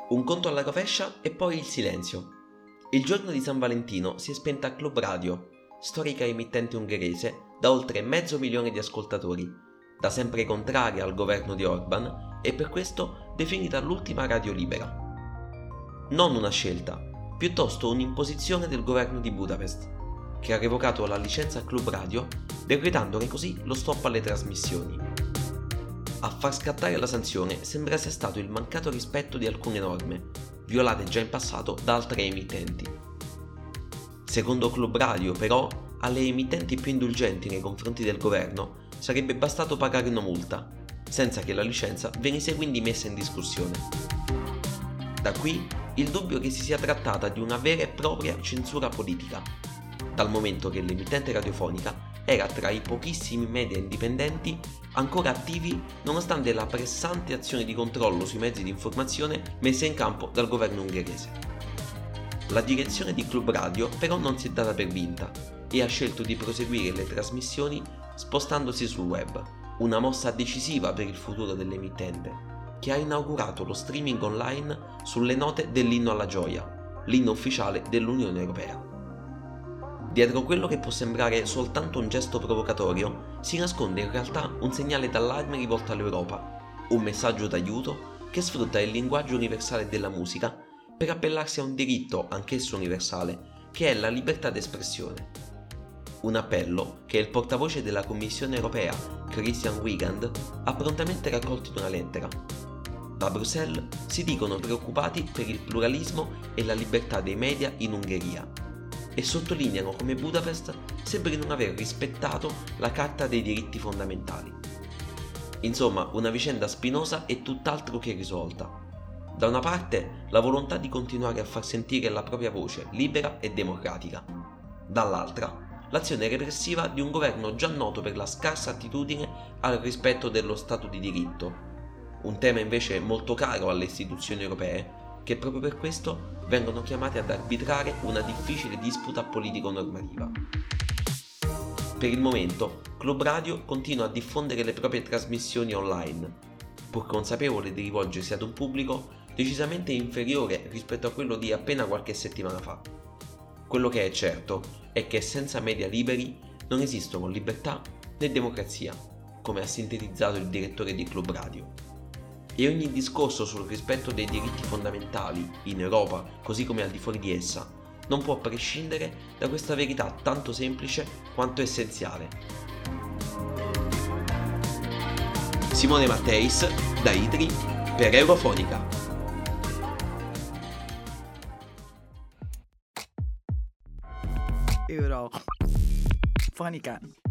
Un conto alla rovescia e poi il silenzio. Il giorno di San Valentino si è spenta Club Radio, storica emittente ungherese da oltre 500.000 di ascoltatori, da sempre contraria al governo di Orban e per questo definita l'ultima radio libera. Non una scelta, piuttosto un'imposizione del governo di Budapest, che ha revocato la licenza a Club Radio, decretandone così lo stop alle trasmissioni. A far scattare la sanzione sembra sia stato il mancato rispetto di alcune norme, violate già in passato da altre emittenti. Secondo Club Radio, però, alle emittenti più indulgenti nei confronti del governo sarebbe bastato pagare una multa, senza che la licenza venisse quindi messa in discussione. Da qui il dubbio che si sia trattata di una vera e propria censura politica, dal momento che l'emittente radiofonica era tra i pochissimi media indipendenti ancora attivi nonostante la pressante azione di controllo sui mezzi di informazione messa in campo dal governo ungherese. La direzione di Club Radio però non si è data per vinta e ha scelto di proseguire le trasmissioni spostandosi sul web, una mossa decisiva per il futuro dell'emittente, che ha inaugurato lo streaming online sulle note dell'Inno alla Gioia, l'inno ufficiale dell'Unione Europea. Dietro quello che può sembrare soltanto un gesto provocatorio si nasconde in realtà un segnale d'allarme rivolto all'Europa, un messaggio d'aiuto che sfrutta il linguaggio universale della musica per appellarsi a un diritto anch'esso universale, che è la libertà d'espressione. Un appello che il portavoce della Commissione Europea, Christian Wiegand, ha prontamente raccolto in una lettera. Da Bruxelles si dicono preoccupati per il pluralismo e la libertà dei media in Ungheria e sottolineano come Budapest sembri non aver rispettato la Carta dei diritti fondamentali. Insomma, una vicenda spinosa e tutt'altro che risolta. Da una parte, la volontà di continuare a far sentire la propria voce libera e democratica. Dall'altra, l'azione repressiva di un governo già noto per la scarsa attitudine al rispetto dello Stato di diritto, un tema invece molto caro alle istituzioni europee, che proprio per questo vengono chiamate ad arbitrare una difficile disputa politico-normativa. Per il momento, Club Radio continua a diffondere le proprie trasmissioni online, pur consapevole di rivolgersi ad un pubblico decisamente inferiore rispetto a quello di appena qualche settimana fa. Quello che è certo è che senza media liberi non esistono libertà né democrazia, come ha sintetizzato il direttore di Club Radio. E ogni discorso sul rispetto dei diritti fondamentali, in Europa così come al di fuori di essa, non può prescindere da questa verità tanto semplice quanto essenziale. Simone Matteis, da Idri, per Eurofonica. Eurofonica.